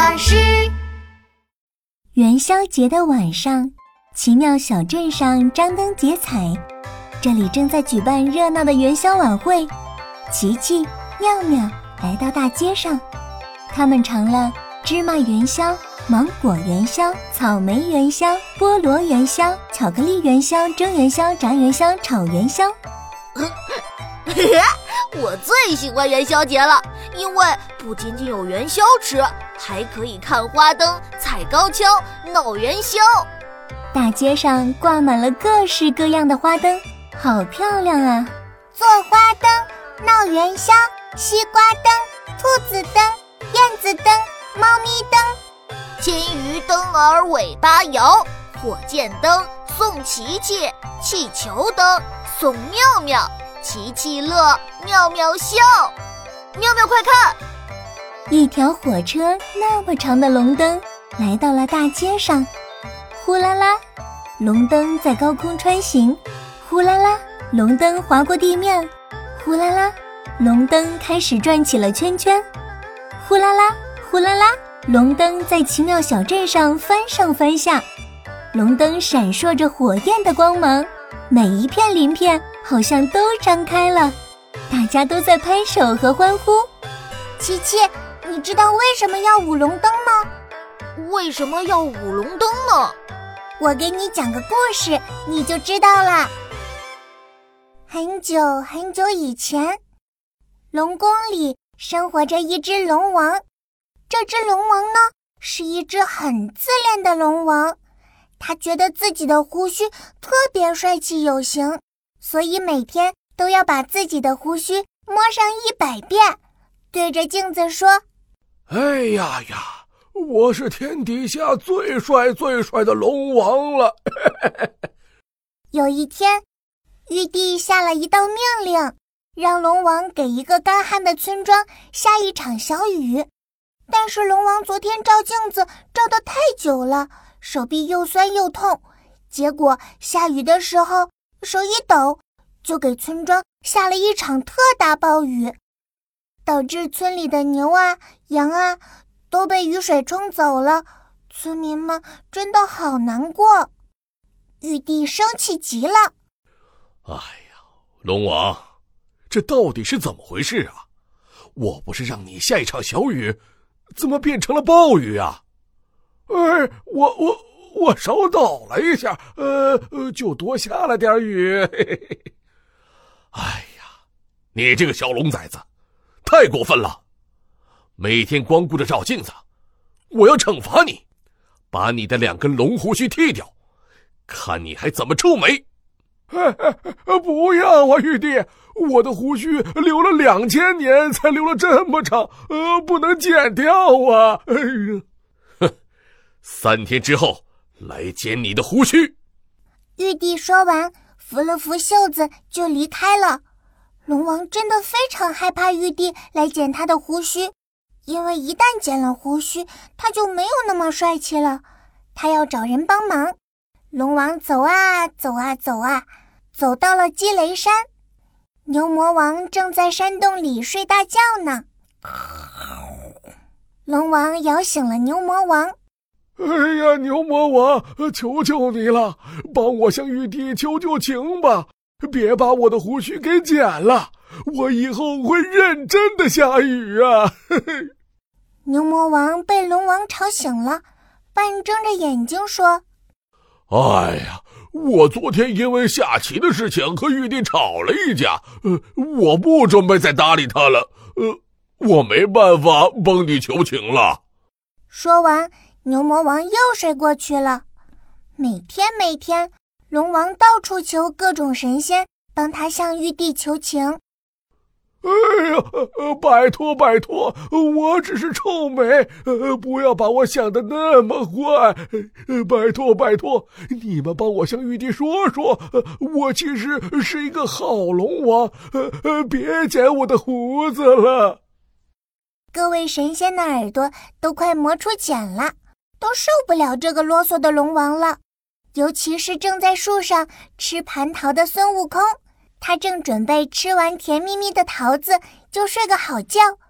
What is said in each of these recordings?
巴士。 元宵节的晚上，奇妙小镇上张灯结彩，这里正在举办热闹的元宵晚会。奇奇、妙妙来到大街上，他们尝了芝麻元宵、芒果元宵、草莓元宵、菠萝元宵、巧克力元宵、蒸元宵、炸元宵、炒元宵。 我最喜欢元宵节了，因为不仅仅有元宵吃，还可以看花灯、踩高跷、闹元宵。 大街上挂满了各式各样的花灯，好漂亮啊！ 做花灯、闹元宵、西瓜灯、兔子灯、燕子灯、猫咪灯， 金鱼灯儿尾巴摇，火箭灯送琪琪，气球灯送妙妙，琪琪乐，妙妙笑。妙妙快看， 一条火车那么长的龙灯来到了大街上，呼啦啦，龙灯在高空穿行，呼啦啦，龙灯划过地面，呼啦啦，龙灯开始转起了圈圈，呼啦啦，呼啦啦，龙灯在奇妙小镇上翻上翻下，龙灯闪烁着火焰的光芒，每一片鳞片好像都张开了，大家都在拍手和欢呼。 琪琪，你知道为什么要舞龙灯吗？ 为什么要舞龙灯呢？ 我给你讲个故事，你就知道了。很久很久以前，龙宫里生活着一只龙王。这只龙王呢，是一只很自恋的龙王，他觉得自己的胡须特别帅气有型，所以每天都要把自己的胡须摸上100遍，对着镜子说： 哎呀呀，我是天底下最帅最帅的龙王了。 有一天，玉帝下了一道命令，让龙王给一个干旱的村庄下一场小雨。但是龙王昨天照镜子照得太久了，手臂又酸又痛，结果下雨的时候手一抖，就给村庄下了一场特大暴雨，导致村里的牛啊、羊啊都被雨水冲走了，村民们真的好难过。玉帝生气极了。 哎呀，龙王，这到底是怎么回事啊？我不是让你下一场小雨，怎么变成了暴雨啊？哎，我手抖了一下，就多下了点雨。哎呀，你这个小龙崽子，太过分了！每天光顾着照镜子，我要惩罚你，把你的2根龙胡须剃掉，看你还怎么臭美！不要啊，玉帝，我的胡须留了2000年才留了这么长，不能剪掉啊！哎呀，哼，3天之后来剪你的胡须。 玉帝说完，扶了扶袖子就离开了。龙王真的非常害怕玉帝来剪他的胡须，因为一旦剪了胡须，他就没有那么帅气了。他要找人帮忙。龙王走啊走啊走啊，走到了积雷山。牛魔王正在山洞里睡大觉呢。龙王摇醒了牛魔王。 哎呀，牛魔王，求求你了，帮我向玉帝求求情吧，别把我的胡须给剪了，我以后会认真的下雨啊。 牛魔王被龙王吵醒了，半睁着眼睛说： 哎呀，我昨天因为下棋的事情和玉帝吵了一架，我不准备再搭理他了，我没办法帮你求情了。 说完，牛魔王又睡过去了。每天，龙王到处求各种神仙帮他向玉帝求情。 哎呀，拜托拜托，我只是臭美，不要把我想得那么坏。拜托拜托，你们帮我向玉帝说说，我其实是一个好龙王，别剪我的胡子了。 各位神仙的耳朵都快磨出茧了，都受不了这个啰嗦的龙王了。尤其是正在树上吃蟠桃的孙悟空，他正准备吃完甜蜜蜜的桃子就睡个好觉，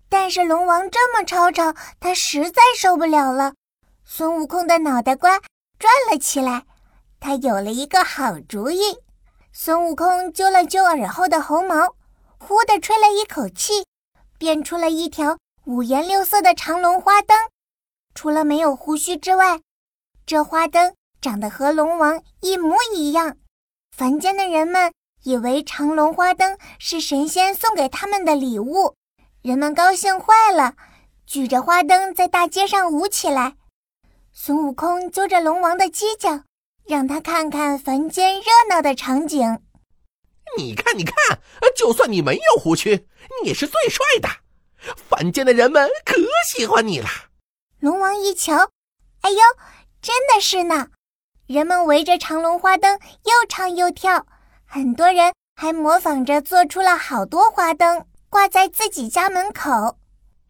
但是龙王这么吵吵，他实在受不了了。孙悟空的脑袋瓜转了起来，他有了一个好主意。孙悟空揪了揪耳后的猴毛，呼地吹了一口气，变出了一条五颜六色的长龙花灯。除了没有胡须之外，这花灯长得和龙王一模一样。凡间的人们以为长龙花灯是神仙送给他们的礼物，人们高兴坏了，举着花灯在大街上舞起来。孙悟空揪着龙王的犄角，让他看看凡间热闹的场景。 你看，就算你没有胡须，你也是最帅的，凡间的人们可喜欢你了。 龙王一瞧，哎呦，真的是呢！人们围着长龙花灯又唱又跳，很多人还模仿着做出了好多花灯，挂在自己家门口。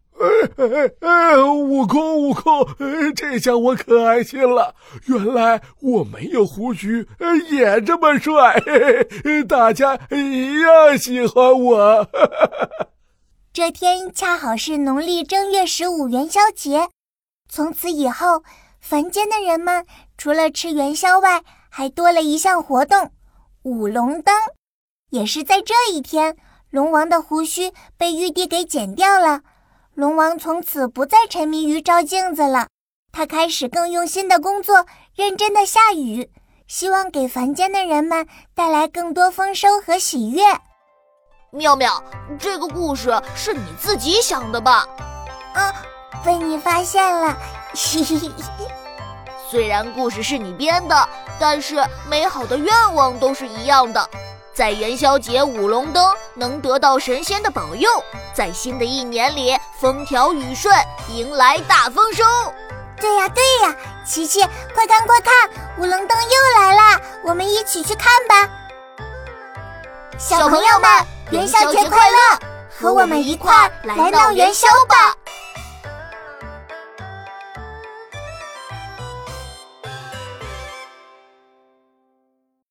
悟空，这下我可安心了。原来我没有胡须，也这么帅，大家一样喜欢我。 这天恰好是农历正月15元宵节，从此以后，凡间的人们除了吃元宵外，还多了一项活动——舞龙灯。也是在这一天，龙王的胡须被玉帝给剪掉了。龙王从此不再沉迷于照镜子了，他开始更用心的工作，认真的下雨，希望给凡间的人们带来更多丰收和喜悦。 妙妙，这个故事是你自己想的吧？ 被你发现了，嘿嘿嘿。 虽然故事是你编的，但是美好的愿望都是一样的。在元宵节舞龙灯，能得到神仙的保佑，在新的一年里风调雨顺，迎来大丰收。 对呀，琪琪，快看，舞龙灯又来了，我们一起去看吧。 小朋友们，元宵节快乐！和我们一块儿来闹元宵吧。